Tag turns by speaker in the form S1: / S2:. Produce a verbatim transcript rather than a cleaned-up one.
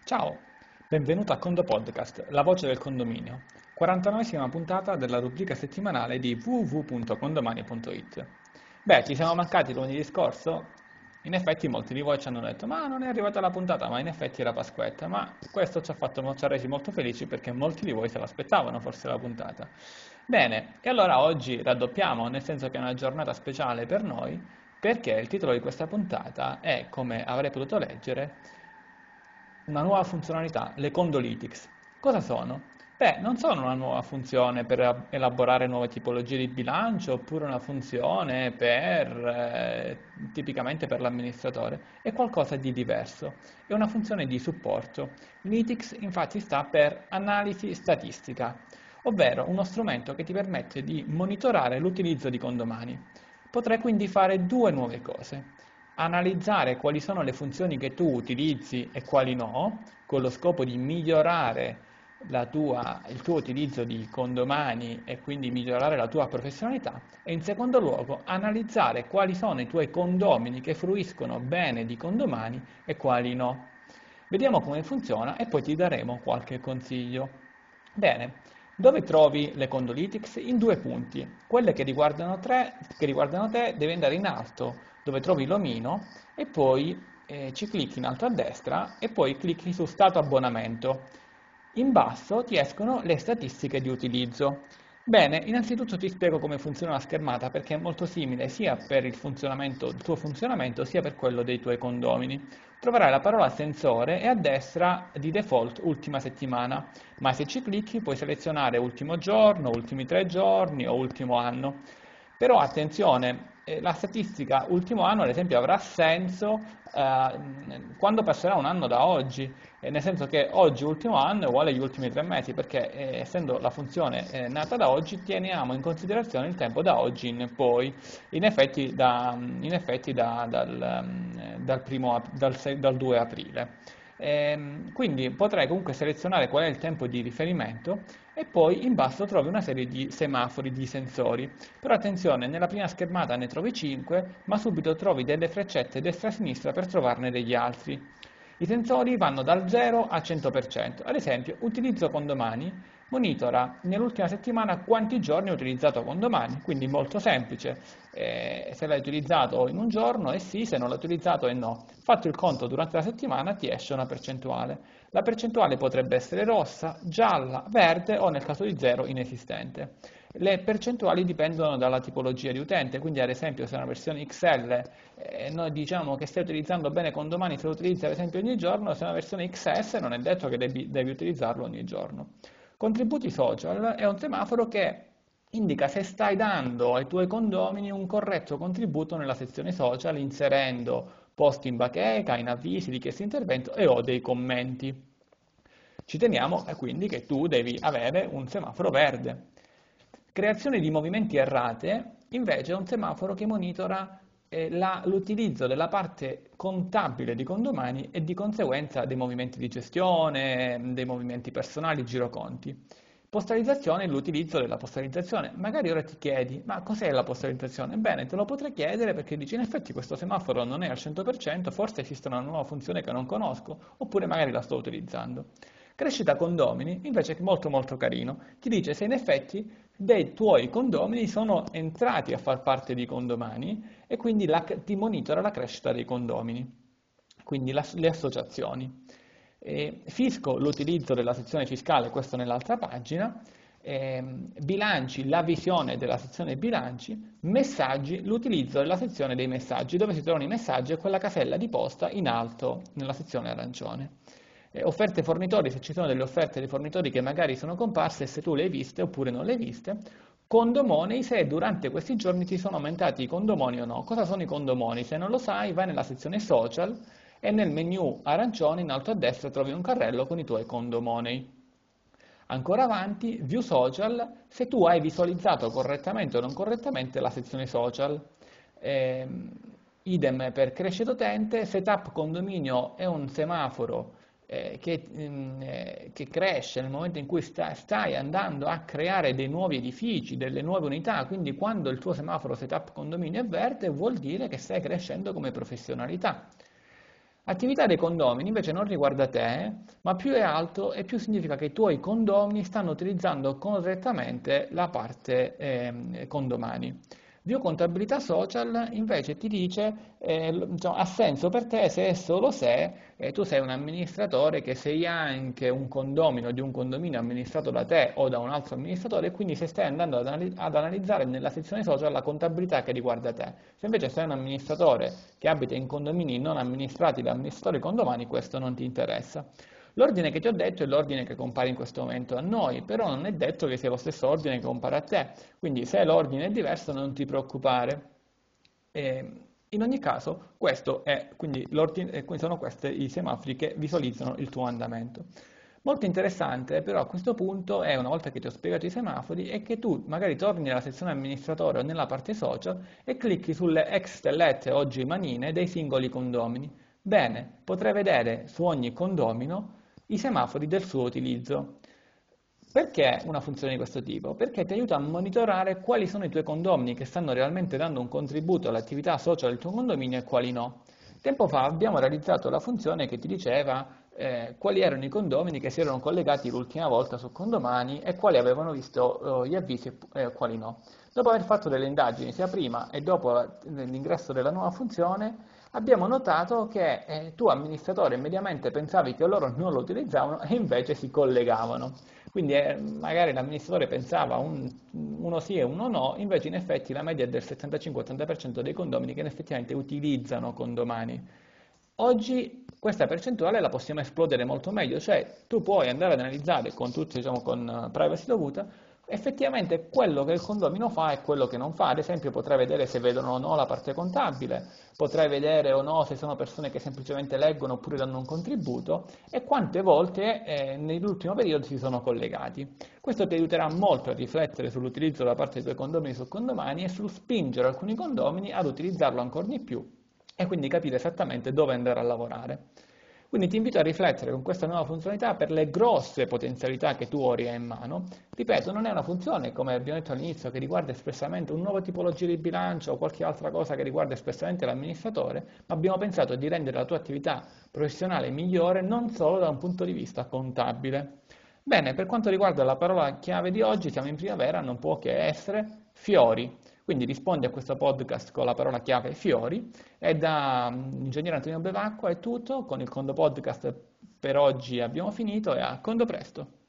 S1: Ciao, benvenuto a Condo Podcast, la voce del condominio, quarantanovesima puntata della rubrica settimanale di w w w punto condomani punto i t. Beh, ci siamo mancati lunedì scorso? In effetti molti di voi ci hanno detto ma non è arrivata la puntata, ma in effetti era Pasquetta, ma questo ci ha, fatto, ci ha resi molto felici perché molti di voi se l'aspettavano forse la puntata. Bene, e allora oggi raddoppiamo, nel senso che è una giornata speciale per noi, perché il titolo di questa puntata è, come avrei potuto leggere, una nuova funzionalità, le Condolytics. Cosa sono? Beh, non sono una nuova funzione per elaborare nuove tipologie di bilancio oppure una funzione per, eh, tipicamente per l'amministratore, è qualcosa di diverso, è una funzione di supporto. Lytics infatti sta per analisi statistica, ovvero uno strumento che ti permette di monitorare l'utilizzo di condomani. Potrai quindi fare due nuove cose: analizzare quali sono le funzioni che tu utilizzi e quali no, con lo scopo di migliorare la tua, il tuo utilizzo di condomani e quindi migliorare la tua professionalità, e in secondo luogo analizzare quali sono i tuoi condomini che fruiscono bene di condomani e quali no. Vediamo come funziona e poi ti daremo qualche consiglio. Bene, dove trovi le Condolytics? In due punti. Quelle che riguardano, tre, che riguardano te devi andare in alto dove trovi l'omino e poi eh, ci clicchi in alto a destra e poi clicchi su stato abbonamento. In basso ti escono le statistiche di utilizzo. Bene, innanzitutto ti spiego come funziona la schermata perché è molto simile sia per il, funzionamento, il tuo funzionamento sia per quello dei tuoi condomini. Troverai la parola sensore e a destra di default ultima settimana, ma se ci clicchi puoi selezionare ultimo giorno, ultimi tre giorni o ultimo anno. Però attenzione, eh, la statistica ultimo anno ad esempio avrà senso eh, quando passerà un anno da oggi, eh, nel senso che oggi ultimo anno è uguale agli ultimi tre mesi, perché eh, essendo la funzione eh, nata da oggi teniamo in considerazione il tempo da oggi in poi, in effetti, da, in effetti da, dal, dal, primo, dal, dal due aprile. Ehm, quindi potrai comunque selezionare qual è il tempo di riferimento e poi in basso trovi una serie di semafori, di sensori. Però attenzione, nella prima schermata ne trovi cinque, ma subito trovi delle freccette destra e sinistra per trovarne degli altri. I sensori vanno dal zero al cento per cento. Ad esempio, utilizzo condomani, monitora nell'ultima settimana quanti giorni ho utilizzato condomani, quindi molto semplice. Eh, se l'hai utilizzato in un giorno è sì, se non l'hai utilizzato è no. Fatto il conto durante la settimana ti esce una percentuale. La percentuale potrebbe essere rossa, gialla, verde o nel caso di zero inesistente. Le percentuali dipendono dalla tipologia di utente, quindi ad esempio se è una versione X L eh, noi diciamo che stai utilizzando bene condomani se lo utilizzi ad esempio ogni giorno, se è una versione X S non è detto che devi, devi utilizzarlo ogni giorno. Contributi social è un semaforo che indica se stai dando ai tuoi condomini un corretto contributo nella sezione social inserendo post in bacheca, in avvisi, richieste di intervento e o dei commenti. Ci teniamo eh, quindi che tu devi avere un semaforo verde. Creazione di movimenti errate, invece, è un semaforo che monitora eh, la- l'utilizzo della parte contabile di condomani e di conseguenza dei movimenti di gestione, dei movimenti personali, giroconti. Postalizzazione è l'utilizzo della postalizzazione. Magari ora ti chiedi, ma cos'è la postalizzazione? Bene, te lo potrei chiedere perché dici, in effetti questo semaforo non è al cento per cento, forse esiste una nuova funzione che non conosco, oppure magari la sto utilizzando. Crescita condomini, invece è molto molto carino, ti dice se in effetti dei tuoi condomini sono entrati a far parte di condomani e quindi la- ti monitora la crescita dei condomini, quindi la- le associazioni. Eh, fisco, l'utilizzo della sezione fiscale, questo nell'altra pagina. Ehm, bilanci, la visione della sezione bilanci. Messaggi, l'utilizzo della sezione dei messaggi, dove si trovano i messaggi e quella casella di posta in alto nella sezione arancione. Eh, offerte fornitori, se ci sono delle offerte dei fornitori che magari sono comparse, se tu le hai viste oppure non le hai viste. Condomoni, se durante questi giorni ti sono aumentati i condomoni o no. Cosa sono i condomoni? Se non lo sai, vai nella sezione social e nel menu arancione in alto a destra trovi un carrello con i tuoi condomoni. Ancora avanti, view social, se tu hai visualizzato correttamente o non correttamente la sezione social. Ehm, idem per crescita utente, setup condominio è un semaforo eh, che, mm, eh, che cresce nel momento in cui sta- stai andando a creare dei nuovi edifici, delle nuove unità, quindi quando il tuo semaforo setup condominio è verde vuol dire che stai crescendo come professionalità. Attività dei condomini invece non riguarda te, ma più è alto e più significa che i tuoi condomini stanno utilizzando correttamente la parte ehm, condomani. View contabilità social invece ti dice eh, l- insomma, ha senso per te se e solo se eh, tu sei un amministratore che sei anche un condomino di un condominio amministrato da te o da un altro amministratore e quindi se stai andando ad, anali- ad analizzare nella sezione social la contabilità che riguarda te. Se invece sei un amministratore che abita in condomini non amministrati da amministratori condomani, questo non ti interessa. L'ordine che ti ho detto è l'ordine che compare in questo momento a noi, però non è detto che sia lo stesso ordine che compare a te, quindi se l'ordine è diverso non ti preoccupare. E in ogni caso, questo è, quindi l'ordine, e quindi sono questi i semafori che visualizzano il tuo andamento. Molto interessante però a questo punto è, una volta che ti ho spiegato i semafori, è che tu magari torni nella sezione amministratore o nella parte social e clicchi sulle ex stellette oggi manine dei singoli condomini. Bene, potrai vedere su ogni condomino i semafori del suo utilizzo. Perché una funzione di questo tipo? Perché ti aiuta a monitorare quali sono i tuoi condomini che stanno realmente dando un contributo all'attività social del tuo condominio e quali no. Tempo fa abbiamo realizzato la funzione che ti diceva eh, quali erano i condomini che si erano collegati l'ultima volta su Condomani e quali avevano visto eh, gli avvisi e eh, quali no. Dopo aver fatto delle indagini sia prima e dopo l'ingresso della nuova funzione, abbiamo notato che eh, tu amministratore mediamente pensavi che loro non lo utilizzavano e invece si collegavano. Quindi eh, magari l'amministratore pensava un, uno sì e uno no, invece in effetti la media è del settantacinque ottanta per cento dei condomini che effettivamente utilizzano condomani. Oggi questa percentuale la possiamo esplodere molto meglio, cioè tu puoi andare ad analizzare con tutti, diciamo, con eh, privacy dovuta, effettivamente quello che il condomino fa e quello che non fa. Ad esempio potrai vedere se vedono o no la parte contabile, potrai vedere o no se sono persone che semplicemente leggono oppure danno un contributo e quante volte eh, nell'ultimo periodo si sono collegati. Questo ti aiuterà molto a riflettere sull'utilizzo da parte dei tuoi condomini su condomani e sul spingere alcuni condomini ad utilizzarlo ancora di più e quindi capire esattamente dove andare a lavorare. Quindi ti invito a riflettere con questa nuova funzionalità per le grosse potenzialità che tu ora hai in mano. Ripeto, non è una funzione, come abbiamo detto all'inizio, che riguarda espressamente un nuovo tipologia di bilancio o qualche altra cosa che riguarda espressamente l'amministratore, ma abbiamo pensato di rendere la tua attività professionale migliore non solo da un punto di vista contabile. Bene, per quanto riguarda la parola chiave di oggi, siamo in primavera, non può che essere fiori. Quindi rispondi a questo podcast con la parola chiave fiori e da mm, ingegnere Antonio Bevacqua è tutto, con il Condo Podcast per oggi abbiamo finito e a Condo presto.